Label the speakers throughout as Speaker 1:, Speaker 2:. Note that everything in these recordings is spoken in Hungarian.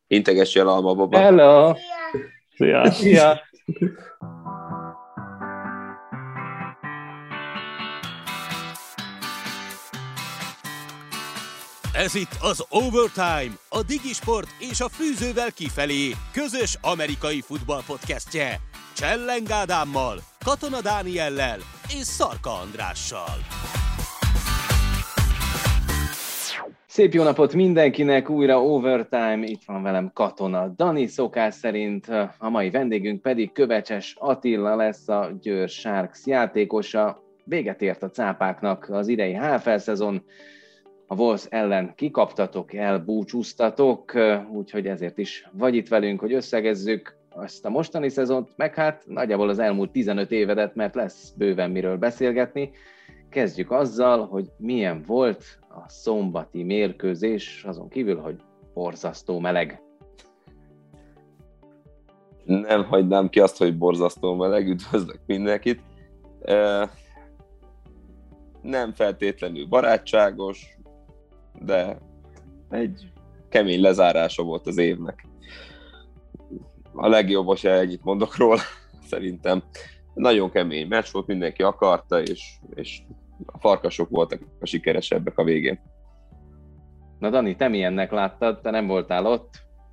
Speaker 1: Integessél el Alma Baba.
Speaker 2: Hello!
Speaker 3: Szia!
Speaker 2: Szia!
Speaker 4: Ez itt az Overtime, a Digisport és a Fűzővel kifelé közös amerikai futball podcastje. Cselleng Ádámmal, Katona Dániellel és Szarka Andrással.
Speaker 2: Szép jó napot mindenkinek, újra Overtime, itt van velem Katona Dani, szokás szerint a mai vendégünk pedig Kövecses Attila lesz, a Győr Sharks játékosa. Véget ért a cápáknak az idei HFL-szezon, a Wolves ellen kikaptatok, elbúcsúztatok, úgyhogy ezért is vagy itt velünk, hogy összegezzük azt a mostani szezont, meg hát nagyjából az elmúlt 15 évedet, mert lesz bőven miről beszélgetni. Kezdjük azzal, hogy milyen volt a szombati mérkőzés, azon kívül, hogy borzasztó meleg.
Speaker 1: Nem hagynám ki azt, hogy borzasztó meleg, üdvözlök mindenkit. Nem feltétlenül barátságos, de egy kemény lezárása volt az évnek. A legjobb, ha ennyit mondok róla, szerintem. Nagyon kemény meccs volt, mindenki akarta, és a farkasok voltak a sikeresebbek a végén.
Speaker 2: Na Dani, te milyennek láttad? Te nem voltál ott?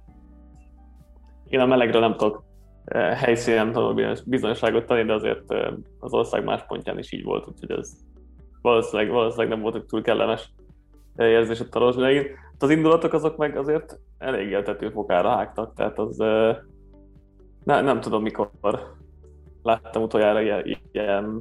Speaker 3: Én a melegről nem tudok helyszínen bizonyosságot tenni, de azért az ország más pontján is így volt, úgyhogy ez valószínűleg nem volt túl kellemes érzés ott a Rozsnyágin. Az indulatok azok meg azért elég éltető fokára hágtak, tehát az nem tudom mikor láttam utoljára ilyen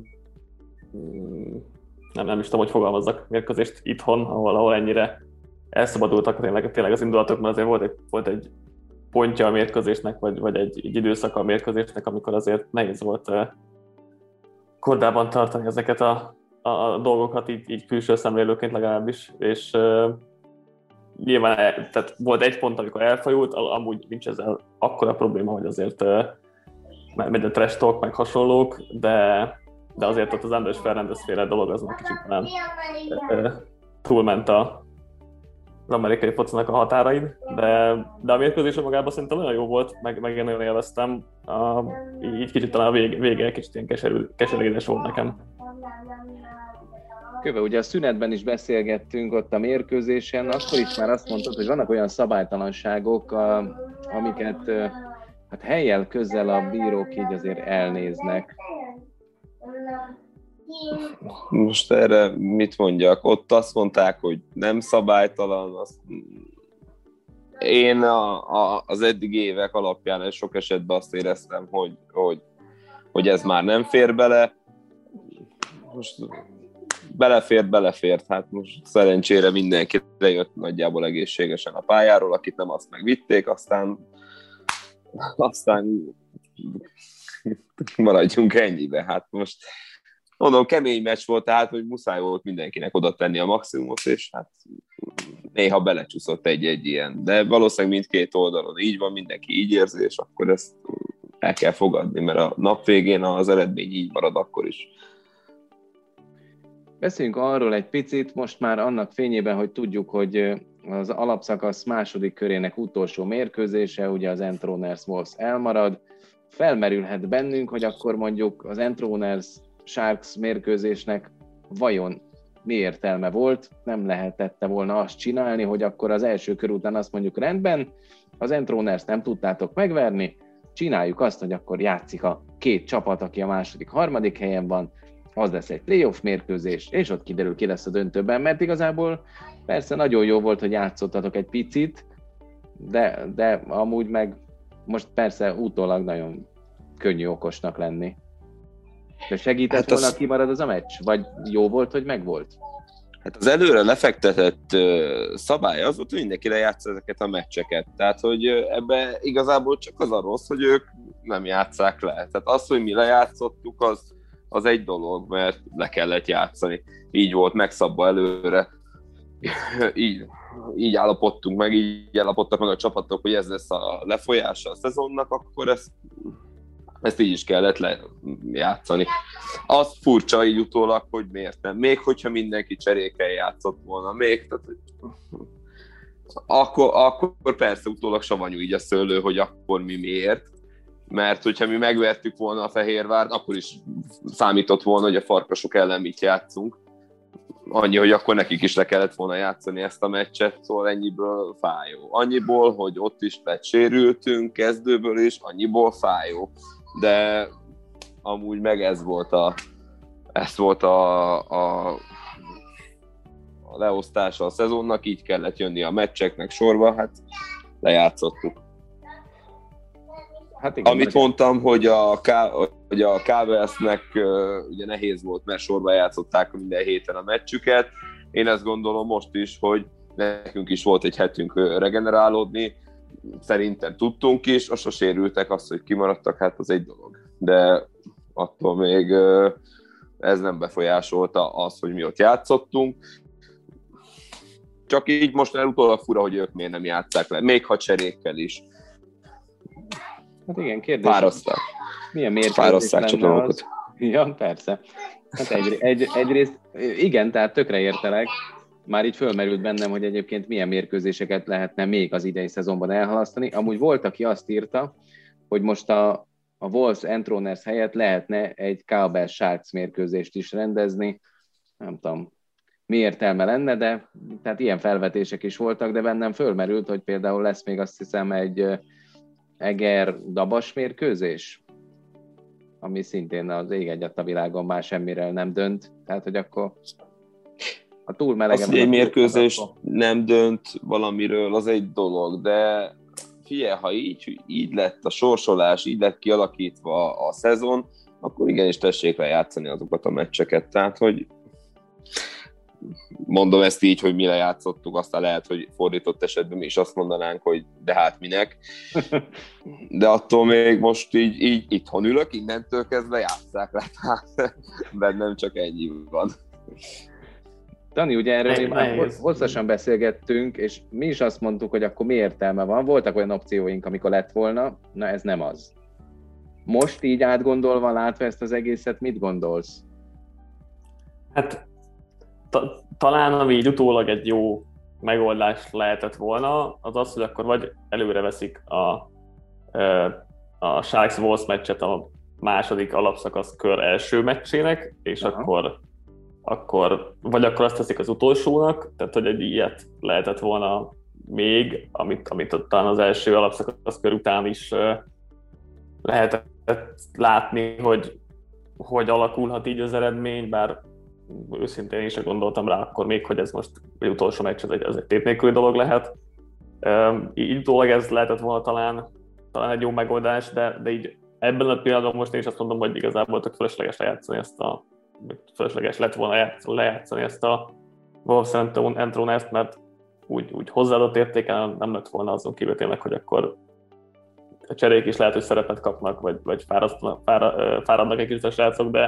Speaker 3: nem is tudom, hogy fogalmazzak mérkőzést itthon, ahol ennyire elszabadultak tényleg az indulatok, mert azért volt egy pontja a mérkőzésnek, vagy egy időszaka a mérkőzésnek, amikor azért nehéz volt kordában tartani ezeket a dolgokat, így külső szemlélőként legalábbis, és nyilván tehát volt egy pont, amikor elfajult, amúgy nincs ezzel akkora probléma, hogy azért megy a trash talk, meg hasonlók, de azért ott az Andrés Fernández féle dolog az már kicsit nem túlment az amerikai focinak a határain, de a mérkőzés magában szerintem nagyon jó volt, meg én nagyon élveztem. Így kicsit talán a vége kicsit ilyen keserűdes volt nekem.
Speaker 2: Köve, ugye a szünetben is beszélgettünk ott a mérkőzésen, akkor is már azt mondtad, hogy vannak olyan szabálytalanságok, amiket hát hellyel közel a bírók így azért elnéznek.
Speaker 1: Most erre mit mondjak? Ott azt mondták, hogy nem szabálytalan. Én az eddigi évek alapján sok esetben azt éreztem, hogy ez már nem fér bele. Most belefért. Hát most szerencsére mindenki lejött nagyjából egészségesen a pályáról, akit nem, azt megvitték, aztán maradjunk ennyibe. Hát most mondom, kemény meccs volt, tehát hogy muszáj volt mindenkinek oda tenni a maximumot, és hát néha belecsúszott egy ilyen. De valószínűleg mindkét oldalon így van, mindenki így érzi, és akkor ezt el kell fogadni, mert a nap végén az eredmény így marad akkor is.
Speaker 2: Beszéljünk arról egy picit, most már annak fényében, hogy tudjuk, hogy az alapszakasz második körének utolsó mérkőzése, ugye az Entroners Wolves elmarad. Felmerülhet bennünk, hogy akkor mondjuk az Entroners Sharks mérkőzésnek vajon mi értelme volt, nem lehetette volna azt csinálni, hogy akkor az első kör után azt mondjuk rendben, az Entroners nem tudtátok megverni, csináljuk azt, hogy akkor játszik a két csapat, aki a második, harmadik helyen van, az lesz egy playoff mérkőzés, és ott kiderül, ki lesz a döntőben, mert igazából persze nagyon jó volt, hogy játszottatok egy picit, de amúgy meg most persze utólag nagyon könnyű okosnak lenni. De segített volna, kimarad az a meccs? Vagy jó volt, hogy megvolt?
Speaker 1: Hát az előre lefektetett szabály az volt, hogy mindenki lejátsza ezeket a meccseket. Tehát, hogy ebbe igazából csak az a rossz, hogy ők nem játsszák le. Tehát az, hogy mi lejátszottuk, az egy dolog, mert le kellett játszani. Így volt megszabva előre. Így állapodtunk meg, így állapodtak meg a csapatok, hogy ez lesz a lefolyása a szezonnak, akkor ezt így is kellett lejátszani. Az furcsa így utólag, hogy miért nem. Még hogyha mindenki cserékkel játszott volna, akkor persze utólag savanyú így a szőlő, hogy akkor mi miért. Mert hogyha mi megvertük volna a Fehérvárt, akkor is számított volna, hogy a Farkasok ellen mit játszunk. Annyi, hogy akkor nekik is le kellett volna játszani ezt a meccset, szóval ennyiből fájó. Annyiból, hogy ott is sérültünk, kezdőből is, annyiból fájó. De amúgy meg ez volt a leosztása a szezonnak, így kellett jönni a meccseknek sorba, hát lejátszottuk. Hát igen, amit mondtam, hogy a KVS-nek ugye nehéz volt, mert sorba játszották minden héten a meccsüket. Én ezt gondolom most is, hogy nekünk is volt egy hetünk regenerálódni. Szerintem tudtunk is, most a sérültek, azt, hogy kimaradtak, hát az egy dolog. De attól még ez nem befolyásolta azt, hogy mi ott játszottunk. Csak így most utólag fura, hogy ők miért nem játsszák le, még ha cserékkel is.
Speaker 2: Hát igen, kérdés.
Speaker 1: Fáraszták.
Speaker 2: Milyen mérkőzés lenne az? Ja, persze. Hát egyrészt igen, tehát tökre értelek. Már így fölmerült bennem, hogy egyébként milyen mérkőzéseket lehetne még az idei szezonban elhalasztani. Amúgy volt, aki azt írta, hogy most a Wolves Entroners helyett lehetne egy Cowboys Sharks mérkőzést is rendezni. Nem tudom, mi értelme lenne, de tehát ilyen felvetések is voltak, de bennem fölmerült, hogy például lesz még azt hiszem egy Eger-Dabas mérkőzés, ami szintén az ég egyet a világon már semmire nem dönt, tehát hogy akkor a túl melegen...
Speaker 1: Az, hogy egy mérkőzés nem dönt valamiről, az egy dolog, de figyelj, ha így lett a sorsolás, így lett kialakítva a szezon, akkor igenis tessék lejátszani azokat a meccseket, tehát hogy mondom ezt így, hogy mi lejátszottuk, aztán lehet, hogy fordított esetben mi is azt mondanánk, hogy de hát minek. De attól még most így itthon ülök, innentől kezdve játsszák le, tehát bennem csak ennyi van.
Speaker 2: Dani, ugye erről már hosszasan beszélgettünk, és mi is azt mondtuk, hogy akkor mi értelme van. Voltak olyan opcióink, amikor lett volna, na ez nem az. Most így átgondolva, látva ezt az egészet, mit gondolsz?
Speaker 3: Hát talán ami így utólag egy jó megoldás lehetett volna, az az, hogy akkor vagy előre veszik a Sharks Wolves meccset a második alapszakasz kör első meccsének, és akkor vagy akkor azt teszik az utolsónak, tehát hogy egy ilyet lehetett volna még, amit talán az első alapszakasz kör után is lehetett látni, hogy alakulhat így az eredmény, bár őszintén én sem gondoltam rá akkor még, hogy ez most egy utolsó meccs, ez egy tét nélküli dolog lehet. Így utólag ez lehetett volna talán egy jó megoldás, de így ebben a pillanatban most én is azt mondom, hogy igazából tök fölösleges lett volna lejátszani ezt a Wolves Entroners-t, mert úgy hozzáadott értéken nem lett volna azon kívül tényleg, hogy akkor a cserék is lehet, hogy szerepet kapnak, vagy fáradnak egy kicsit a srácok, de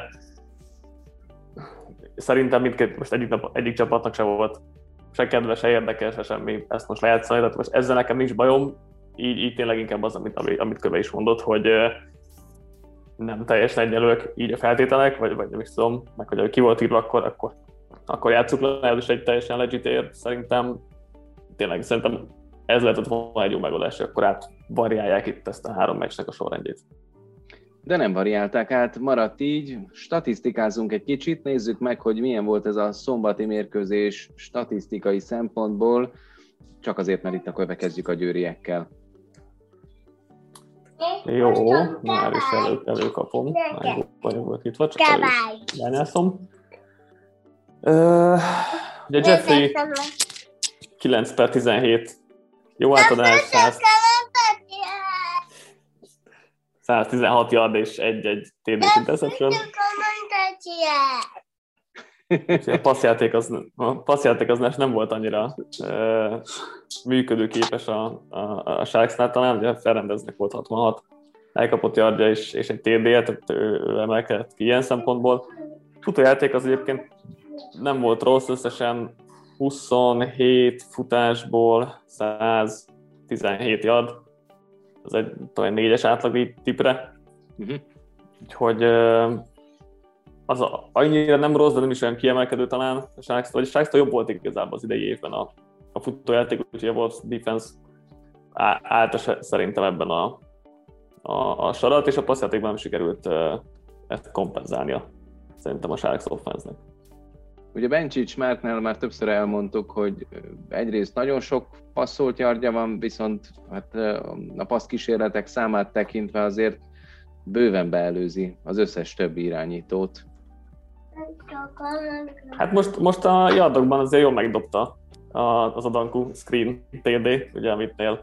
Speaker 3: szerintem mindkét, most egyik csapatnak se volt se kedve, se érdekes, se semmi ezt most lejátszani, tehát most ezzel nekem nincs bajom, így tényleg inkább az, amit Köve is mondott, hogy nem teljesen egyenlőek így a feltételek, vagy nem is tudom, meg hogy ki volt írva, akkor játsszuk le, ez is egy teljesen legit ér, szerintem ez lehetett volna egy jó megoldás, hogy akkor átvariálják itt ezt a 3 meccsnek a sorrendjét.
Speaker 2: De nem variálták át, maradt így, statisztikázunk egy kicsit, nézzük meg, hogy milyen volt ez a szombati mérkőzés statisztikai szempontból, csak azért, mert itt akkor kezdjük a győriekkel.
Speaker 3: Jó, már is előkapom, már volt itt, vagy csak elnyászom. Ugye Jeffrey 9/17, jó átadás, 116 yard és egy TD-s interception. A passzjáték az nem volt annyira működőképes a Sharksnál, talán ugye Ferrandeznek volt 66 elkapott yardja és egy TD-je, tehát ő emelkedett ki ilyen szempontból. Futójáték az egyébként nem volt rossz, összesen 27 futásból 117 yard, az egy talán 4-es átlag tipre. Úgyhogy az annyira nem rossz, de nem is olyan kiemelkedő talán a Sharks-tól, vagy a Sharks-tól jobb volt igazából az idei évben a futójáték, úgyhogy a Wolves defense állt szerintem ebben a sarat, és a passzjátékban nem sikerült ezt kompenzálnia szerintem a Sharks offense-nek.
Speaker 2: Ugye Bencsics Márknál már többször elmondtuk, hogy egyrészt nagyon sok passzolt yardja van, viszont hát a passzkísérletek számát tekintve azért bőven beelőzi az összes többi irányítót.
Speaker 3: Hát most a yardokban azért jól megdobta az Adanku screen TD, ugye amitnél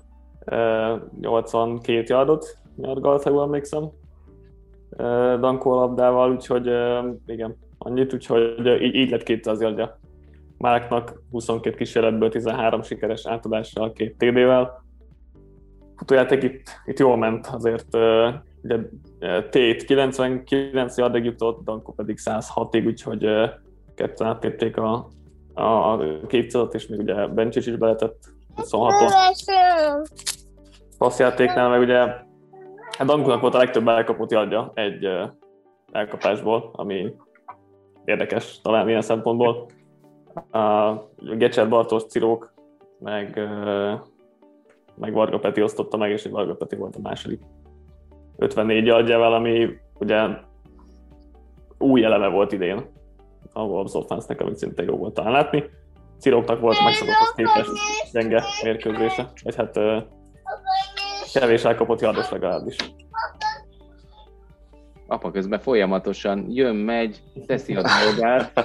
Speaker 3: 82 yardot nyargalt, ha jól emlékszem, Danko labdával, úgyhogy igen, annyit, úgyhogy így lett 200 yardja Márknak, 22 kísérletből 13 sikeres átadással, 2 TD-vel. Futójáték itt jól ment, azért ugye Tét 99 yardig jutott, Danko pedig 106-ig, úgyhogy ketten áttérték a 200-at, és még ugye Bencsics is beletett 26-ot. Passzjátéknál meg ugye hát Dankonak volt a legtöbb elkapott yardja egy elkapásból, ami érdekes talán ilyen szempontból. Gecser, Bartos, Cirók, meg Varga Peti osztotta meg, és Varga Peti volt a második 54 yardjával, ami ugye új eleme volt idén a Wolves offense-nek, amit szinte jó volt talán látni. Ciróknak volt megszokotthoz képest gyenge mérkőzése, vagy hát kevés elkapott yardos legalábbis.
Speaker 2: Apa közben folyamatosan jön, megy, teszi a dolgát.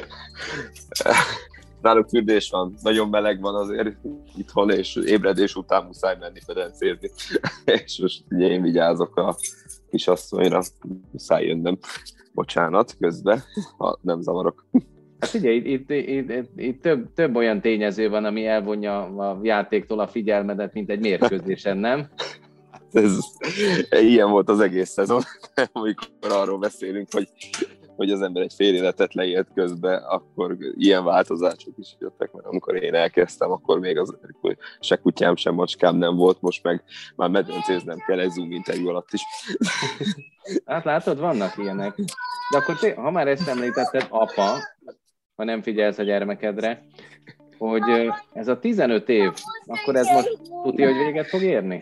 Speaker 1: Náluk fürdés van, nagyon meleg van azért itthon, és ébredés után muszáj menni fedencézni. És most ugye én vigyázok a kisasszonyra, muszáj jönnöm. Bocsánat, közben, ha nem zavarok.
Speaker 2: Hát figyelj, itt több olyan tényező van, ami elvonja a játéktól a figyelmedet, mint egy mérkőzésen, nem?
Speaker 1: Ilyen volt az egész szezon, amikor arról beszélünk, hogy az ember egy fél életet leélt közben, akkor ilyen változások is jöttek, mert amikor én elkezdtem, akkor még se kutyám, sem macskám nem volt, most meg már medencéznem kell egy Zoom interjú alatt is.
Speaker 2: Hát látod, vannak ilyenek. De akkor ha már ezt említetted, apa, ha nem figyelsz a gyermekedre, hogy ez a 15 év, akkor ez most tudja, hogy véget fog érni?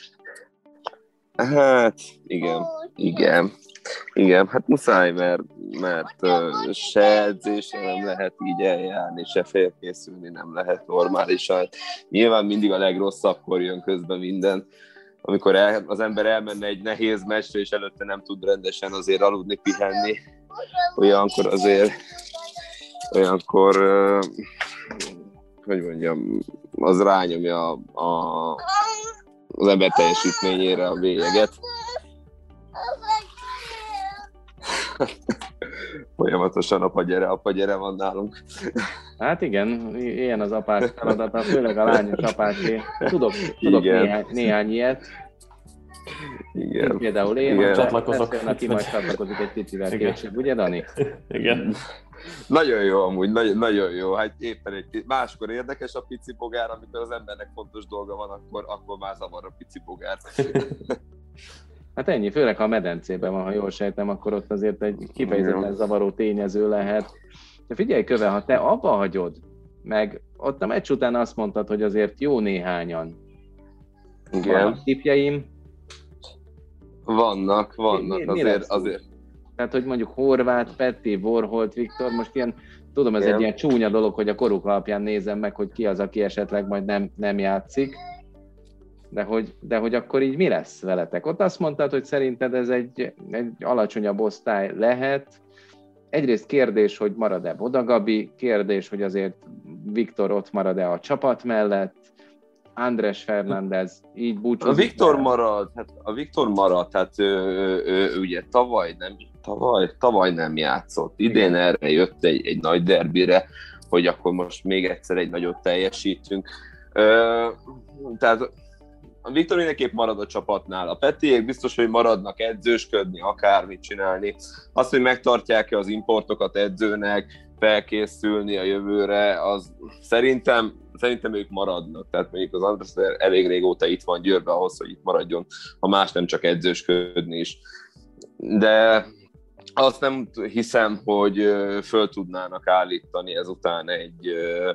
Speaker 1: Hát, igen, hát muszáj, mert se edzésre nem lehet így eljárni, se felkészülni nem lehet normálisan. Nyilván mindig a legrosszabbkor jön közben minden, amikor az ember elmenne egy nehéz meccsre, és előtte nem tud rendesen azért aludni, pihenni. Olyankor, hogy mondjam, az rányomja az ember teljesítményére a bélyeget. Folyamatosan apa gyere van nálunk.
Speaker 2: Hát igen, ilyen az apás feladata, főleg a lányos apásé. Tudok néhány ilyet.
Speaker 1: Igen.
Speaker 2: Például én csatlakozok, aki majd csatlakozik egy picivel később, ugye Dani?
Speaker 3: Igen.
Speaker 1: Nagyon jó amúgy, nagyon jó. Hát éppen máskor érdekes a pici bogár, amikor az embernek fontos dolga van, akkor már zavar a pici bogár.
Speaker 2: Hát ennyi, főleg ha a medencében van, ha jól sejtem, akkor ott azért egy kifejezetten zavaró tényező lehet. De figyelj Köve, ha te abba hagyod, meg ott a meccs után azt mondtad, hogy azért jó néhányan.
Speaker 1: Igen.
Speaker 2: Vannak tippjeim?
Speaker 1: Vannak, azért.
Speaker 2: Tehát, hogy mondjuk Horváth, Peti, Vorholt, Viktor, most ilyen, tudom, ez egy ilyen csúnya dolog, hogy a koruk alapján nézem meg, hogy ki az, aki esetleg majd nem játszik. De hogy akkor így mi lesz veletek? Ott azt mondtad, hogy szerinted ez egy alacsonyabb osztály lehet. Egyrészt kérdés, hogy marad-e Boda Gabi, kérdés, hogy azért Viktor ott marad-e a csapat mellett, Andrés Fernández így búcsúzik.
Speaker 1: A Viktor marad, tehát ő ugye tavaly nem játszott. Idén erre jött egy nagy derbire, hogy akkor most még egyszer egy nagyot teljesítünk. Tehát a Viktor mindenképp marad a csapatnál. A Petiék biztos, hogy maradnak edzősködni, akármit csinálni. Azt, hogy megtartják-e az importokat edzőnek, felkészülni a jövőre, az szerintem ők maradnak. Tehát mondjuk az András elég régóta itt van Győrben ahhoz, hogy itt maradjon, ha más nem csak edzősködni is. De azt nem hiszem, hogy föl tudnának állítani ezután egy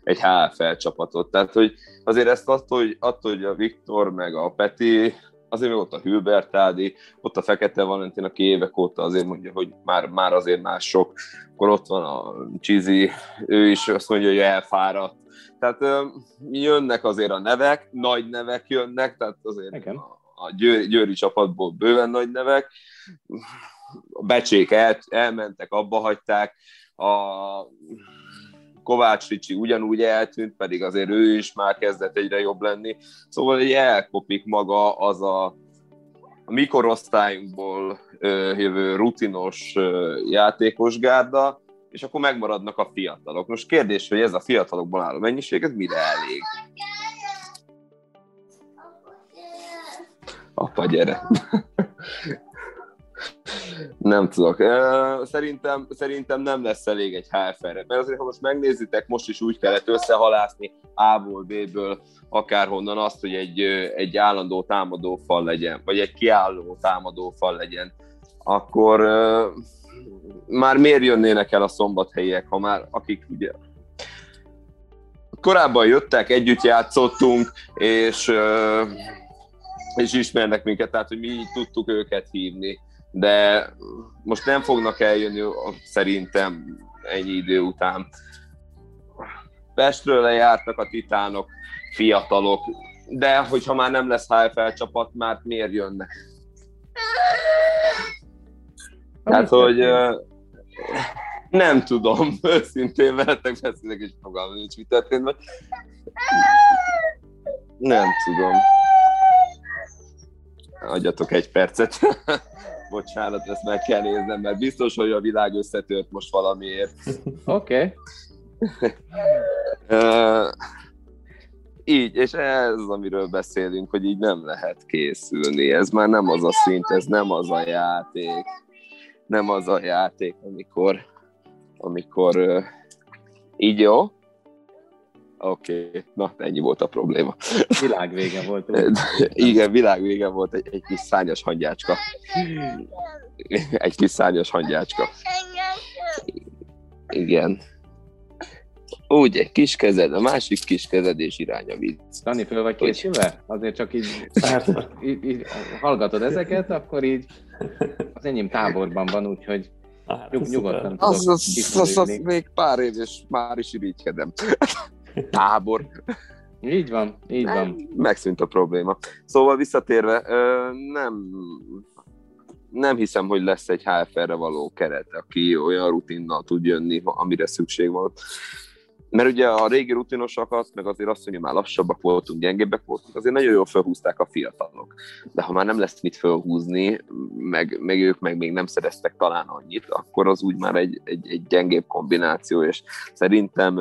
Speaker 1: egy HFL csapatot. Tehát, hogy azért ezt attól, hogy a Viktor meg a Peti, azért még ott a Hülbert Ádi, ott a Fekete Valentin, aki évek óta azért mondja, hogy már azért már sok. Akkor ott van a Csizi, ő is azt mondja, hogy elfáradt. Tehát jönnek azért a nevek, nagy nevek jönnek, tehát azért a győri csapatból bőven nagy nevek. A Becsék elmentek, abba hagyták, a Kovács Ricsi ugyanúgy eltűnt, pedig azért ő is már kezdett egyre jobb lenni. Szóval így elkopik maga az a mi korosztályunkból jövő rutinos játékos gárda, és akkor megmaradnak a fiatalok. Most kérdés, hogy ez a fiatalokból álló mennyiség, ez mire elég? Apa, gyere! Nem tudok. Szerintem nem lesz elég egy HFL-re. Mert azért, ha most megnézitek, most is úgy kellett összehalászni A-ból, B-ből, akárhonnan azt, hogy egy állandó támadófal legyen, vagy egy kiálló támadófal legyen, akkor már miért jönnének el a szombathelyiek, ha már akik ugye korábban jöttek, együtt játszottunk, és ismernek minket, tehát hogy mi így tudtuk őket hívni. De most nem fognak eljönni szerintem ennyi idő után. Pestről lejártak a titánok, fiatalok, de hogyha már nem lesz HFL csapat, már miért jönnek? Tehát, hogy nem tudom, őszintén veletek beszélek, és fogalmam nincs, mi történt. Nem tudom. Adjatok egy percet. Bocsánat, ezt meg kell néznem, mert biztos, hogy a világ összetört most valamiért.
Speaker 2: Oké.
Speaker 1: Így, és ez az, amiről beszélünk, hogy így nem lehet készülni. Ez már nem az a szint, ez nem az a játék. Nem az a játék, amikor így jó? Oké, na ennyi volt a probléma.
Speaker 2: Világvége volt.
Speaker 1: Igen, világvége volt, egy kis szárnyas hangyácska. Egy kis szárnyas hangyácska. Igen. Úgy, egy kis kezed, a másik kis kezed és irány a víz.
Speaker 2: Dani, föl vagy készülve? Azért csak így hallgatod ezeket, akkor így az enyém táborban van, úgyhogy nyugodtan tudok
Speaker 1: az még pár év, és már is irigykedem. Tábor.
Speaker 2: Így van.
Speaker 1: Megszűnt a probléma. Szóval visszatérve, nem hiszem, hogy lesz egy HFL-re való keret, aki olyan rutinnal tud jönni, amire szükség van. Mert ugye a régi rutinosakat, meg azért azt mondja, már lassabbak voltunk, gyengébbek voltunk, azért nagyon jól felhúzták a fiatalok. De ha már nem lesz mit felhúzni, meg ők meg még nem szereztek talán annyit, akkor az úgy már egy gyengébb kombináció, és szerintem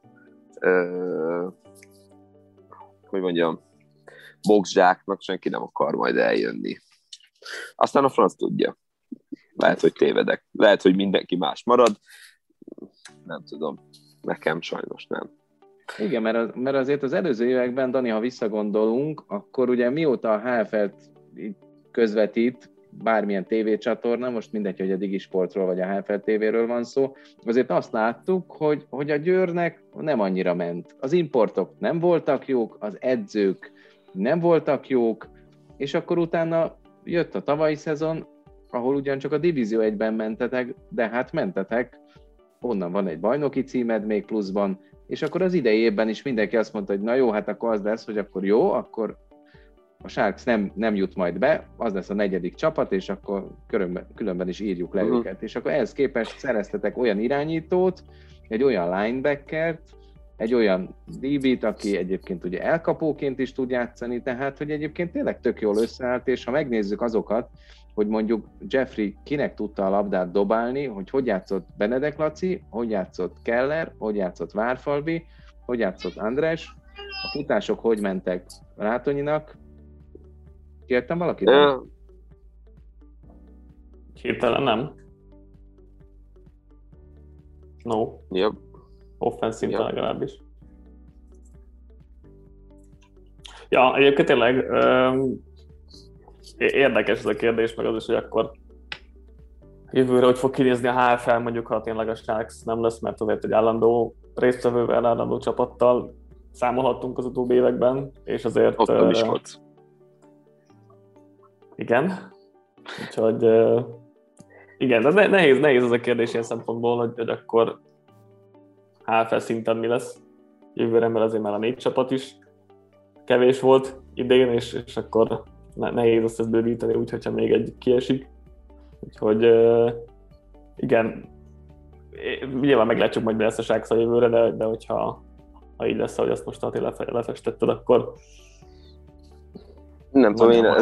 Speaker 1: hogy mondjam, boxzsáknak senki nem akar majd eljönni. Aztán a franc tudja. Lehet, hogy tévedek. Lehet, hogy mindenki más marad. Nem tudom. Nekem sajnos nem.
Speaker 2: Igen, mert azért az előző években, Dani, ha visszagondolunk, akkor ugye mióta a HFL-t közvetít bármilyen tévécsatorna, most mindegy, hogy a Digisportról vagy a HFL TV-ről van szó, azért azt láttuk, hogy a Győrnek nem annyira ment. Az importok nem voltak jók, az edzők nem voltak jók, és akkor utána jött a tavalyi szezon, ahol ugyancsak a Divízió 1-ben mentetek, de hát mentetek, onnan van egy bajnoki címed még pluszban, és akkor az idei évben is mindenki azt mondta, hogy na jó, hát akkor az lesz, hogy akkor jó, akkor a Sharks nem jut majd be, az lesz a 4. csapat, és akkor különben is írjuk le őket. És akkor ehhez képest szereztetek olyan irányítót, egy olyan linebackert, egy olyan DB-t, aki egyébként ugye elkapóként is tud játszani, tehát hogy egyébként tényleg tök jól összeállt, és ha megnézzük azokat, hogy mondjuk Jeffrey kinek tudta a labdát dobálni, hogy játszott Benedek Laci, hogy játszott Keller, hogy játszott Várfalvi, hogy játszott András, a futások hogy mentek Rátonyinak. Kértem valakit?
Speaker 3: Hirtelen nem. No.
Speaker 1: Yep.
Speaker 3: Offenszínten legalábbis. Ja, egyébként tényleg érdekes ez a kérdés, meg az is, hogy akkor jövőre hogy fog kinézni a HFL, mondjuk, ha tényleg a Sharks nem lesz, mert azért egy állandó résztvevővel, állandó csapattal számolhattunk az utóbbi években, és azért...
Speaker 1: Ott a Miskolc.
Speaker 3: Igen. Úgyhogy igen, de nehéz ez a kérdés ilyen szempontból, hogy akkor HFL szinten mi lesz jövőre, mert azért már a 4 csapat is kevés volt idén, és akkor nehéz ezt bővíteni, úgyhogy még egy kiesik. Úgyhogy igen, nyilván meglátjuk majd, mi lesz a Sharks a jövőre, de hogyha így lesz, ahogy azt most lefestetted, akkor
Speaker 1: nem tudom, én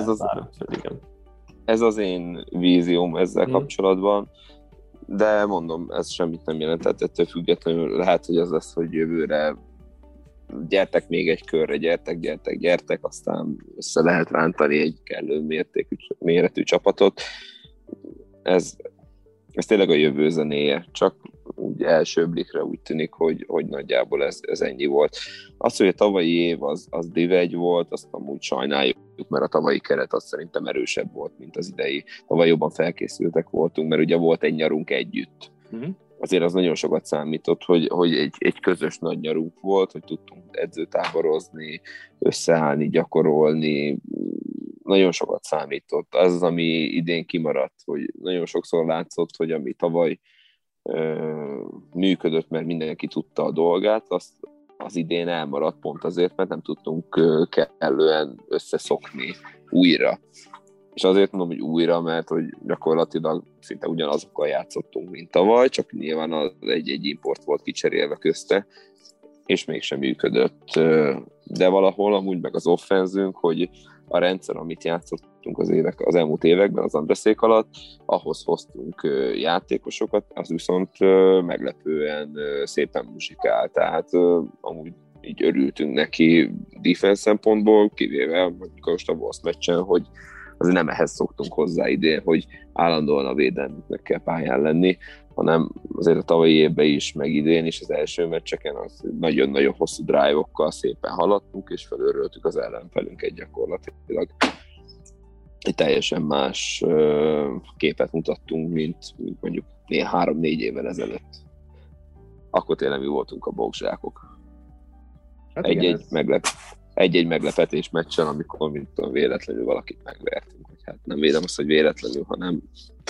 Speaker 3: ez
Speaker 1: az én vízióm ezzel kapcsolatban, de mondom, ez semmit nem jelentett, ettől függetlenül lehet, hogy az lesz, hogy jövőre gyertek még egy körre, gyertek, aztán össze lehet rántani egy kellő méretű csapatot. Ez tényleg a jövő zenéje, csak úgy első blikre úgy tűnik, hogy nagyjából ez ennyi volt. Az, hogy a tavalyi év az div1 volt, azt amúgy sajnáljuk, mert a tavalyi keret az szerintem erősebb volt, mint az idei. Tavaly jobban felkészültek voltunk, mert ugye volt egy nyarunk együtt. Azért az nagyon sokat számított, hogy egy közös nagy nyarunk volt, hogy tudtunk edzőtáborozni, összeállni, gyakorolni, nagyon sokat számított. Az, ami idén kimaradt, hogy nagyon sokszor látszott, hogy ami tavaly működött, mert mindenki tudta a dolgát, az idén elmaradt pont azért, mert nem tudtunk kellően összeszokni újra. És azért mondom, hogy újra, mert hogy gyakorlatilag szinte ugyanazokkal játszottunk, mint tavaly, csak nyilván az egy import volt kicserélve közte, és mégsem működött. De valahol amúgy meg az offenzünk, hogy a rendszer, amit játszottunk az elmúlt években, az Andreszék alatt, ahhoz hoztunk játékosokat, az viszont meglepően szépen muzsikál, tehát amúgy így örültünk neki defense szempontból, kivéve mondjuk most a Wolves meccsen, hogy azért nem ehhez szoktunk hozzá idén, hogy állandóan a védelmüknek kell pályán lenni, hanem azért a tavalyi évben is, meg idén is az első meccseken az nagyon-nagyon hosszú drive-okkal szépen haladtunk, és felőröltük az ellenfelünket gyakorlatilag. Egy teljesen más képet mutattunk, mint mondjuk 3-4 évvel ezelőtt. Akkor tényleg mi voltunk a bokzsákok. Hát egy-egy meglepetés meccsen, amikor véletlenül valakit megvertünk. Hát nem védem azt, hogy véletlenül, hanem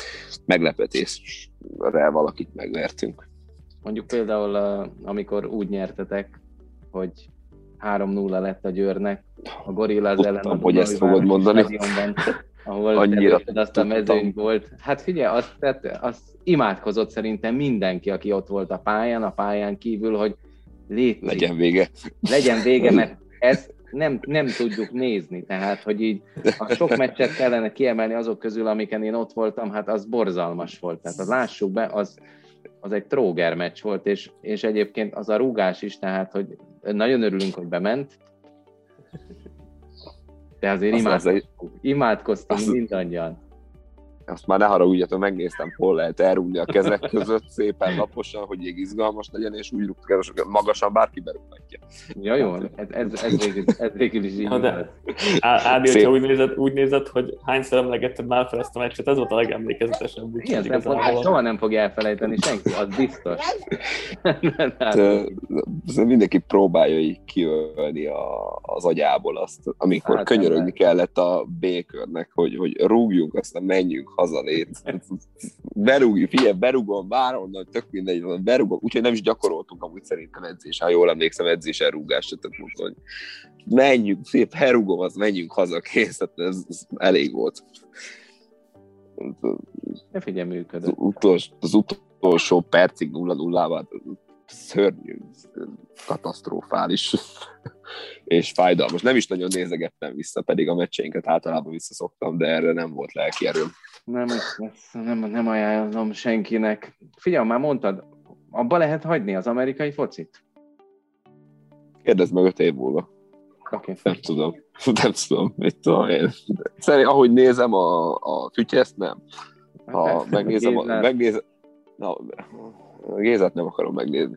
Speaker 1: meglepetésre valakit megvertünk.
Speaker 2: Mondjuk például, amikor úgy nyertetek, hogy 3-0 lett a Győrnek, a Gorillaz ellen a
Speaker 1: hogy ezt fogod mondani.
Speaker 2: Stadionban, ahol azt a mezőny volt. Hát figyelj, azt imádkozott szerintem mindenki, aki ott volt a pályán kívül, hogy
Speaker 1: legyen vége,
Speaker 2: mert ezt nem tudjuk nézni, tehát, hogy így a sok meccset kellene kiemelni azok közül, amiken én ott voltam, hát az borzalmas volt. Tehát lássuk be, az egy tróger meccs volt, és egyébként az a rúgás is, tehát, hogy nagyon örülünk, hogy bement, de azért imádkoztunk mindannyian.
Speaker 1: Azt már ne haragudjatok, megnéztem, hol lehet elrúgni a kezek között szépen laposan, hogy még izgalmas legyen, és úgy rúgtuk, magasan bárki berúghatja.
Speaker 2: Ja, jó, ez végül is így.
Speaker 3: Ádi, hogyha úgy nézed, hogy hányszor emlegetted már fel ezt a meccset, ez volt a legemlékezetesebb.
Speaker 2: Igen, soha nem fogja elfelejteni senki, az biztos.
Speaker 1: Mindenki próbálja így kiölni az agyából azt, amikor könyörögni kellett a B-körnek, hogy rúgjunk, aztán menjünk hazalét. Berúgom, bárhonnan, tök mindegy, berúgom, úgyhogy nem is gyakoroltunk amúgy szerintem edzés, ha jól emlékszem, edzésen rúgást, tehát mondtam, hogy menjünk, szép herúgom, az menjünk haza, kész, tehát ez elég volt.
Speaker 2: Ne figyelj, működött.
Speaker 1: Az utolsó percig 0-0-val szörnyű, katasztrofális és fájdalmas. Nem is nagyon nézegettem vissza, pedig a meccseinket általában visszaszoktam, de erre nem volt lelki erőm.
Speaker 2: Nem ajánlom senkinek. Figyelj, már mondtad, abba lehet hagyni az amerikai focit?
Speaker 1: Kérdezd meg 5 év múlva.
Speaker 2: Okay.
Speaker 1: Nem tudom. Mit tudom én. Szerintem, ahogy nézem a fütyeszt, nem. Ha megnézem, Gézát nem akarom megnézni.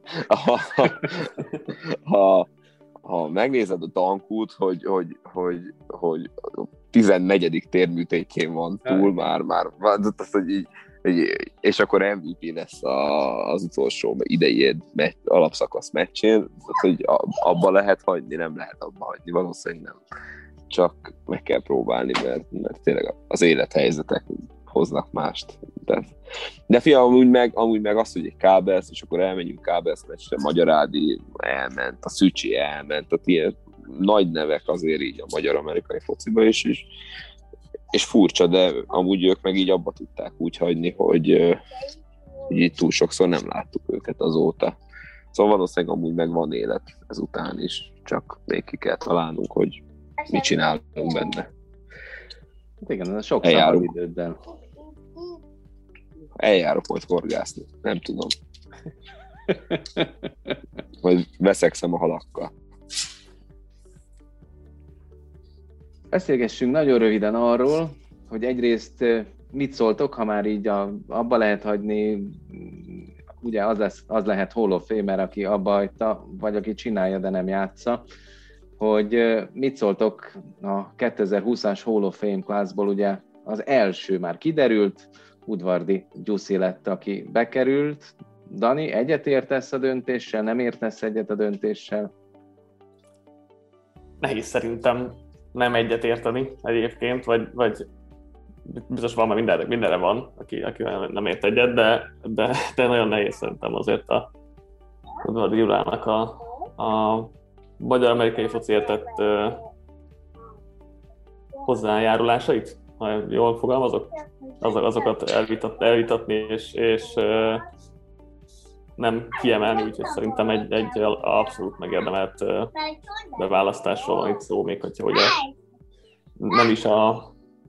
Speaker 1: Ha megnézed a Dankút, hogy 14. térműtétjén van túl, már hogy így És akkor MVP lesz az utolsó idei alapszakasz meccsén, tehát, hogy abba lehet hagyni, nem lehet abba hagyni, valószínűleg nem. Csak meg kell próbálni, mert tényleg az élethelyzetek hoznak mást. De fia, amúgy meg az, hogy egy Kábelsz, és akkor elmenjünk Kábelsz meccsre, Magyarádi elment, a Szücsi elment, tehát ilyen nagy nevek azért így a magyar-amerikai fociba is, és furcsa, de amúgy ők meg így abba tudták úgy hagyni, hogy így túl sokszor nem láttuk őket azóta. Szóval valószínűleg amúgy meg van élet ezután is, csak még ki kell találnunk, hogy mit csinálunk benne.
Speaker 2: Igen, ez sok szabad időddel.
Speaker 1: Eljárok majd horgászni, nem tudom. Majd veszekszem a halakkal.
Speaker 2: Beszélgessünk nagyon röviden arról, hogy egyrészt mit szóltok, ha már így abba lehet hagyni, ugye az lehet Hall of Famer, aki abba hagyta, vagy aki csinálja, de nem játsza, hogy mit szóltok a 2020-as Hall of Fame classból, ugye az első már kiderült, Udvardi Gyuszi lett, aki bekerült. Dani, egyet értesz a döntéssel, nem értesz egyet a döntéssel?
Speaker 3: Nehéz szerintem nem egyet érteni egyébként, vagy biztos van, mert mindenre van, aki nem ért egyet, de nagyon nehéz szerintem azért a Udvardi Gyulának a magyar-amerikai fociért tett hozzájárulásait, ha jól fogalmazok, azokat elvitatni és nem kiemelni, úgyhogy szerintem egy abszolút megérdemelt beválasztásról van itt szó, még hogyha ugye nem is a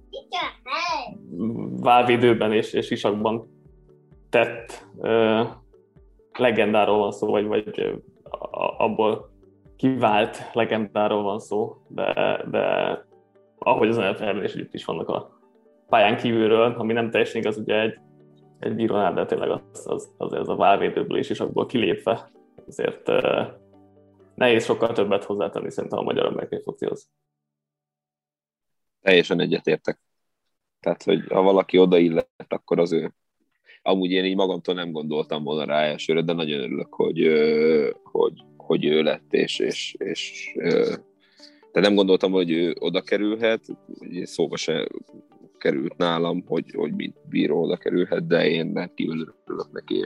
Speaker 3: válvédőben és isakban tett legendáról van szó, vagy abból kivált legendáról van szó, de ahogy az NFL-ben is itt is vannak a pályán kívülről, ami nem teljesen igaz, ugye egy bírónál, de tényleg az a válvédőből és abból kilépve, ezért nehéz sokkal többet hozzátenni szerintem a magyar-amerikai focihoz.
Speaker 1: Teljesen egyetértek. Tehát, hogy ha valaki odaillett, akkor az ő. Amúgy én így magamtól nem gondoltam volna rá elsőre, de nagyon örülök, hogy ő lett, és de nem gondoltam, hogy ő oda kerülhet, szóba se került nálam, hogy mint bíró oda kerülhet, de én rendkívül örülök neki,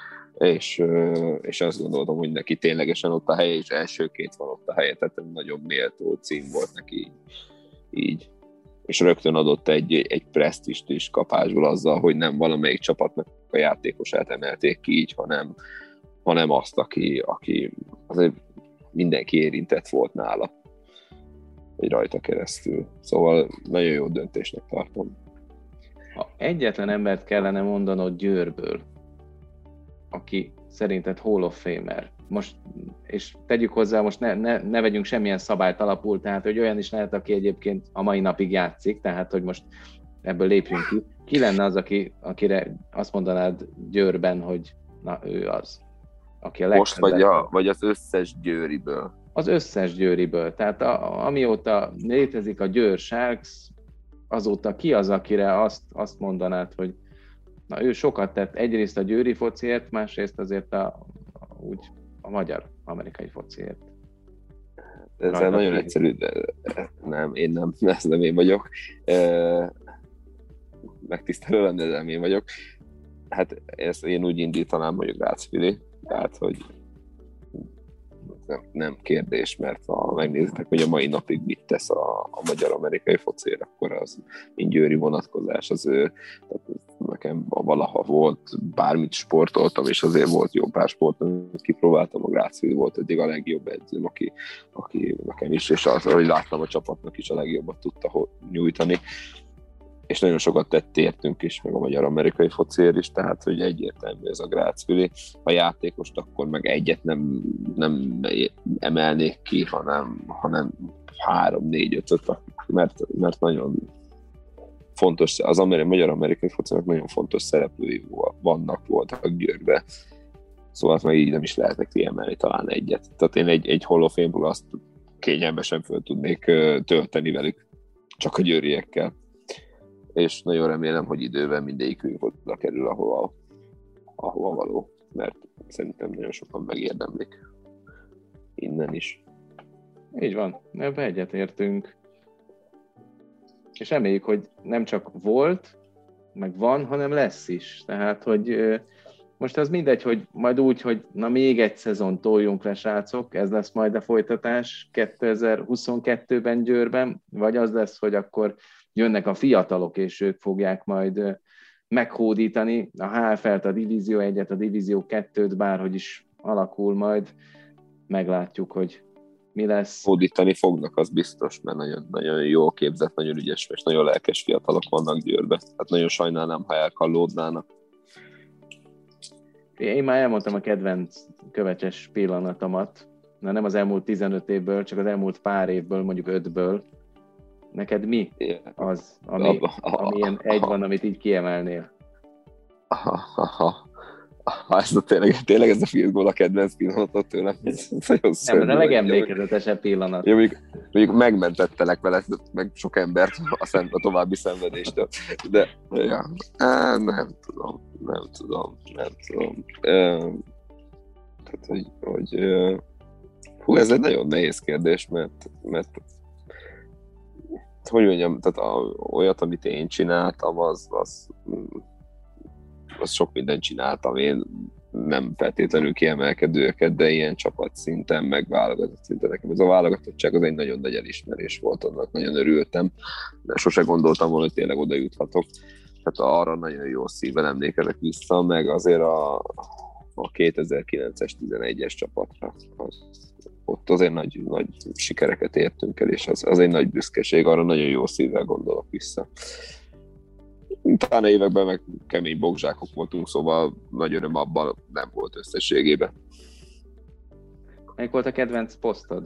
Speaker 1: és azt gondoltam, hogy neki ténylegesen ott a helye, és elsőként van ott a helye, tehát nagyon méltó cím volt neki így. És rögtön adott egy presztist is kapásból azzal, hogy nem valamelyik csapatnak a játékosát emelték ki így, hanem azt, aki azért mindenki érintett volt nála, vagy rajta keresztül. Szóval nagyon jó döntésnek tartom.
Speaker 2: Ha egyetlen embert kellene mondanod Győrből, aki szerinted Hall of Famer, most, és tegyük hozzá, most ne vegyünk semmilyen szabályt alapul, tehát hogy olyan is lehet, aki egyébként a mai napig játszik, tehát hogy most ebből lépjünk ki. Ki lenne az, akire azt mondanád Győrben, hogy na ő az, aki a
Speaker 1: most vagy az összes győriből?
Speaker 2: Az összes győriből. Tehát amióta létezik a Győr Sharks, azóta ki az, akire azt mondanád, hogy na ő sokat tett egyrészt a győri fociért, másrészt azért a magyar-amerikai fociért.
Speaker 1: Ez nagyon egyszerű, de én nem, ez nem én vagyok. Megtisztelő lenne, de nem én vagyok. Hát ezt én úgy indítanám, hogy Grácz-Fili, tehát hogy nem kérdés, mert ha megnézitek, hogy a mai napig mit tesz a magyar-amerikai fociért, akkor az győri vonatkozás az ő. Tehát nekem valaha volt, bármit sportoltam, és azért volt jó pár sport, amit kipróbáltam, a Grácz-Fili volt eddig a legjobb edzőm, aki nekem is, és az, ahogy láttam, a csapatnak is a legjobbat tudta nyújtani. És nagyon sokat tett értünk is, meg a magyar-amerikai fociért is, tehát hogy egyértelmű ez a Grácz-Fili. A játékost akkor meg egyet nem emelnék ki, hanem 3-4-5-öt, mert nagyon fontos, az magyar-amerikai focinak nagyon fontos szereplői voltak Győrbe. Szóval meg így nem is lehetnek kiemelni talán egyet. Tehát én egy Hall of Fame-ból azt kényelmesen föl tudnék tölteni velük, csak a győriekkel. és nagyon remélem, hogy időben mindegyikünk oda kerül, ahova való, mert szerintem nagyon sokan megérdemlik innen is.
Speaker 2: Így van, ebbe egyetértünk. És reméljük, hogy nem csak volt, meg van, hanem lesz is. Tehát, hogy most az mindegy, hogy majd úgy, hogy na még egy szezon toljunk le, srácok, ez lesz majd a folytatás 2022-ben Győrben, vagy az lesz, hogy akkor jönnek a fiatalok, és ők fogják majd meghódítani a HFL-t, a Divízió 1-et, a Divízió 2-t, bárhogy is alakul majd, meglátjuk, hogy mi lesz.
Speaker 1: Hódítani fognak, az biztos, mert nagyon, nagyon jól képzett, nagyon ügyes, és nagyon lelkes fiatalok vannak Győrbe. Hát nagyon sajnálnám, ha elkallódnának.
Speaker 2: Én már elmondtam a kedvenc Kövecses pillanatomat, nem az elmúlt 15 évből, csak az elmúlt pár évből, mondjuk 5-ből. Neked mi az, ami ilyen egy van, amit így kiemelnél?
Speaker 1: Ez tényleg ez a field goal a kedvenc pillanatot tőlem.
Speaker 2: Nem, ez a legemlékezetesebb pillanat.
Speaker 1: Jó, mondjuk megmentettelek vele, meg sok embert a további szenvedéstől. De ja, nem tudom. Tehát, hogy ez egy nagyon nehéz kérdés, mert hogy mondjam, tehát olyat, amit én csináltam, az sok mindent csináltam. Én nem feltétlenül kiemelkedőket, de ilyen csapatszinten, meg válogatott szinten. Nekem ez a válogatottság az egy nagyon nagy elismerés volt, annak nagyon örültem, de sose gondoltam volna, hogy tényleg oda juthatok. Tehát arra nagyon jó szívvel emlékezek vissza, meg azért a 2009-es, 11-es csapatra. Ott azért nagy sikereket értünk el, és az egy nagy büszkeség, arra nagyon jó szívvel gondolok vissza. Utána években meg kemény bokzsákok voltunk, szóval nagy öröm abban nem volt összességében.
Speaker 2: Melyik volt a kedvenc posztod?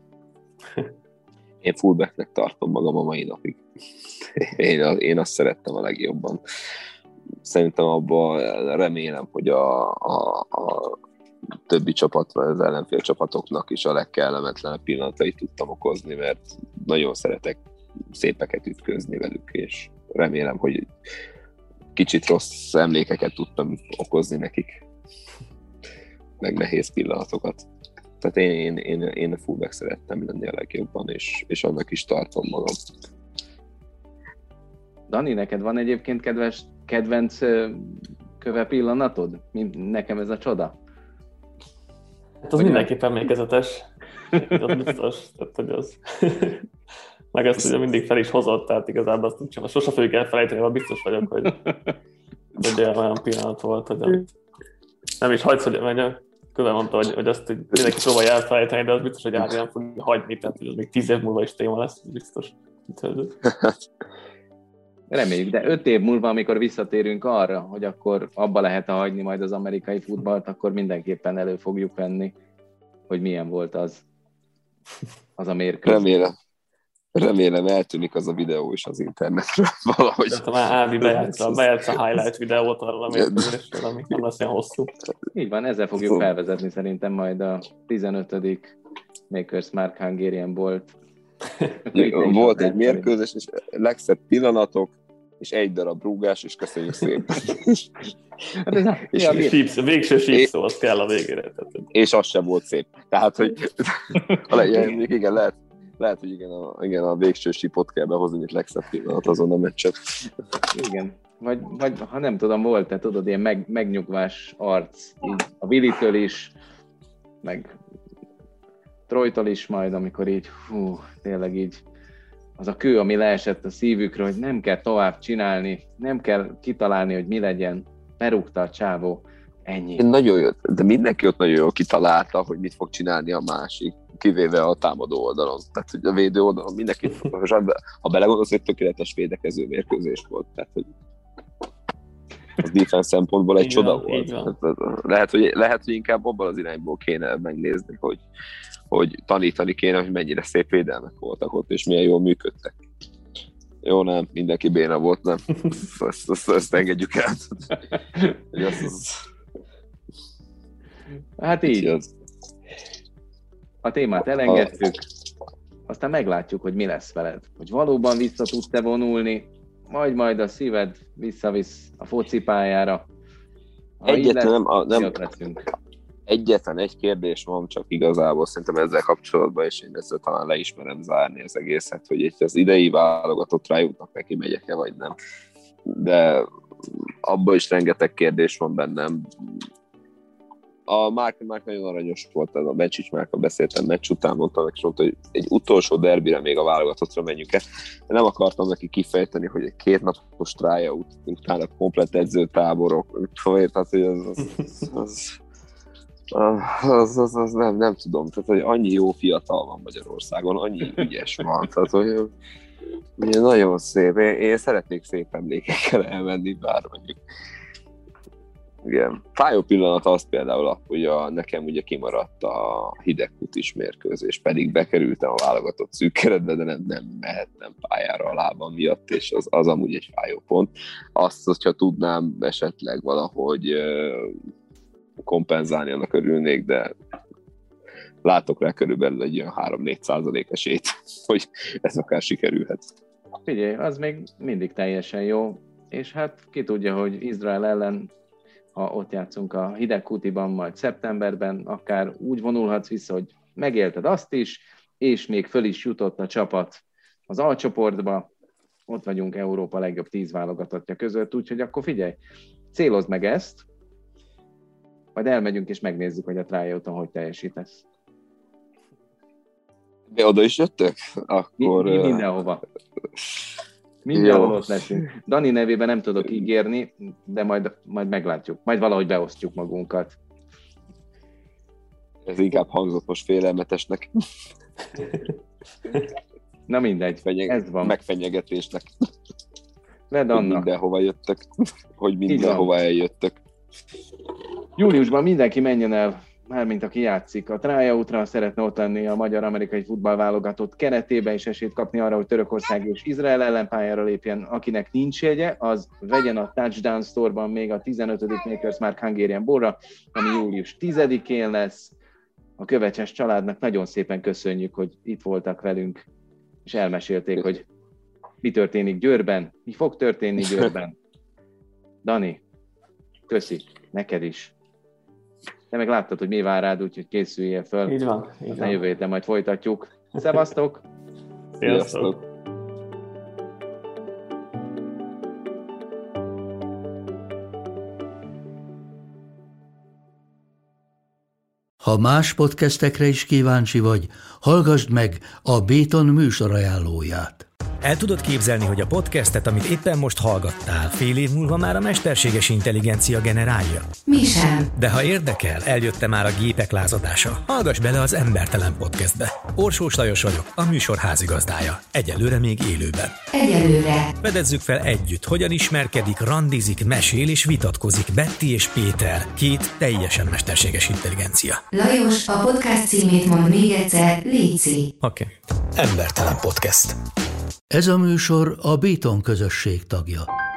Speaker 1: Én fullbacknek tartom magam a mai napig. Én azt szerettem a legjobban. Szerintem abban remélem, hogy a többi csapatra, az ellenfél csapatoknak is a legkellemetlenebb pillanatait tudtam okozni, mert nagyon szeretek szépeket ütközni velük, és remélem, hogy kicsit rossz emlékeket tudtam okozni nekik, meg nehéz pillanatokat. Tehát én a fullback szerettem lenni a legjobban, és annak is tartom magam.
Speaker 2: Dani, neked van egyébként kedvenc köve pillanatod? Nekem ez a csoda.
Speaker 3: Hát az mindenképp emlékezetes. Az biztos. Tehát, hogy az... Meg ezt ugye mindig fel is hozott, tehát igazából azt nem sose fogjuk elfelejteni, mert biztos vagyok, hogy olyan pillanat volt, hogy nem is hagysz, hogy Köve mondta, hogy azt mindenki próbálja elfelejteni, de az biztos, hogy Ági nem fogja hagyni, tehát hogy az még 10 év múlva is téma lesz, biztos.
Speaker 2: Reméljük, de 5 év múlva, amikor visszatérünk arra, hogy akkor abba lehet hagyni majd az amerikai futballt, akkor mindenképpen elő fogjuk venni, hogy milyen volt az a mérkőzés.
Speaker 1: Remélem eltűnik az a videó is az internetről valahogy.
Speaker 3: De már Ádi bejátsz a highlight videót arra a mérkőzésről, ami nem lesz ilyen hosszú.
Speaker 2: Így van, ezzel fogjuk felvezetni szerintem majd a 15. Makers Mark Hungarian Bolt.
Speaker 1: Volt egy mérkőzés, és legszebb pillanatok, és egy darab rúgás, és köszönjük szépen.
Speaker 3: És végső sípszó, az kell a végére.
Speaker 1: És az sem volt szép. Tehát, hogy igen, lehet, hogy igen, a végső sípot kell behozni, egy legszebb pillanat azon a meccset.
Speaker 2: Igen. Vagy ha nem tudom, volt-e, tudod, ilyen megnyugvás arc, így a Willitől is, meg Troytól is majd, amikor így, tényleg így az a kő, ami leesett a szívükről, hogy nem kell tovább csinálni, nem kell kitalálni, hogy mi legyen, berúgta a csávó, ennyi.
Speaker 1: Nagyon jó, de mindenki ott nagyon jól kitalálta, hogy mit fog csinálni a másik, kivéve a támadó oldalon. Tehát, hogy a védő oldalon mindenki, ha belegondolsz, egy tökéletes védekező mérkőzés volt. Tehát, hogy az defense szempontból egy csoda volt. Lehet, hogy inkább abban az irányból kéne megnézni, hogy tanítani kéne, hogy mennyire szép védelmek voltak ott, és milyen jól működtek. Jó, nem, mindenki béna volt, nem. Ezt engedjük el.
Speaker 2: Hát így. A témát elengedtük, aztán meglátjuk, hogy mi lesz veled. Hogy valóban vissza tudsz-e vonulni, majd a szíved visszavisz a focipályára.
Speaker 1: Egyetlen egy kérdés van, csak igazából szerintem ezzel kapcsolatban, és én ezzel talán le ismerem zárni az egészet, hogy az idei válogatott rájutnak neki, megyek-e vagy nem. De abban is rengeteg kérdés van bennem. A Márk nagyon aranyos volt, a Bencsics Márkkal beszéltem meccs után, mondta, hogy egy utolsó derbire még a válogatottra menjünk el. De nem akartam neki kifejteni, hogy egy 2 napos tryout utána komplett edzőtáborok, tehát hogy az nem tudom, tehát hogy annyi jó fiatal van Magyarországon, annyi ügyes van, tehát hogy nagyon szép. Én szeretnék szép emlékekkel elmenni, bár mondjuk. Igen. Fájó pillanat az például, hogy nekem ugye kimaradt a hidegkutis mérkőzés, pedig bekerültem a válogatott szűk keretbe, de nem mehettem pályára a lábam miatt, és az amúgy egy fájó pont. Azt, hogyha tudnám esetleg valahogy kompenzálni, annak örülnék, de látok rá körülbelül egy olyan 3-4% esélyt, hogy ez akár sikerülhet.
Speaker 2: Figyelj, az még mindig teljesen jó, és hát ki tudja, hogy Izrael ellen, ha ott játszunk a hidegkutiban, majd szeptemberben, akár úgy vonulhatsz vissza, hogy megélted azt is, és még föl is jutott a csapat az alcsoportba, ott vagyunk Európa legjobb 10 válogatottja között, úgyhogy akkor figyelj, célozd meg ezt, majd elmegyünk és megnézzük, hogy a tryout-on hogy teljesítesz.
Speaker 1: De oda is jöttök? Akkor...
Speaker 2: Mindenhova. Mindenhol ott leszünk. Dani nevében nem tudok ígérni, de majd meglátjuk. Majd valahogy beosztjuk magunkat.
Speaker 1: Ez inkább hangzott most félelmetesnek.
Speaker 2: Na mindegy, ez van.
Speaker 1: Megfenyegetésnek.
Speaker 2: Vedd annak.
Speaker 1: Mindenhova jöttök. Hogy mindenhova eljöttök.
Speaker 2: Júliusban mindenki menjen el, mármint aki játszik. A tryoutra szeretne ott lenni a magyar-amerikai futballválogatott keretében, és esélyt kapni arra, hogy Törökország és Izrael ellenpályára lépjen. Akinek nincs jegye, az vegyen a Touchdown Store-ban még a 15. Makers Mark Hungarian Ballra, ami július 10-én lesz. A Kövecses családnak nagyon szépen köszönjük, hogy itt voltak velünk, és elmesélték, hogy mi történik Győrben, mi fog történni Győrben. Dani, köszi, neked is. Te meg láttad, hogy mi vár rád, úgyhogy készüljél föl.
Speaker 3: Így van.
Speaker 2: Jövő héten majd folytatjuk. Szevasztok!
Speaker 3: Sziasztok!
Speaker 5: Ha más podcastekre is kíváncsi vagy, hallgassd meg a Béton műsor ajánlóját.
Speaker 6: El tudod képzelni, hogy a podcastet, amit éppen most hallgattál, fél év múlva már a mesterséges intelligencia generálja?
Speaker 7: Mi sem.
Speaker 6: De ha érdekel, eljött már a gépek lázadása. Hallgass bele az Embertelen Podcastbe. Orsós Lajos vagyok, a műsor házigazdája. Egyelőre még élőben.
Speaker 7: Egyelőre.
Speaker 6: Fedezzük fel együtt, hogyan ismerkedik, randizik, mesél és vitatkozik Betty és Péter, 2 teljesen mesterséges intelligencia.
Speaker 7: Lajos, a podcast címét mond még egyszer, léci.
Speaker 6: Oké. Embertelen Podcast.
Speaker 5: Ez a műsor a Béton közösség tagja.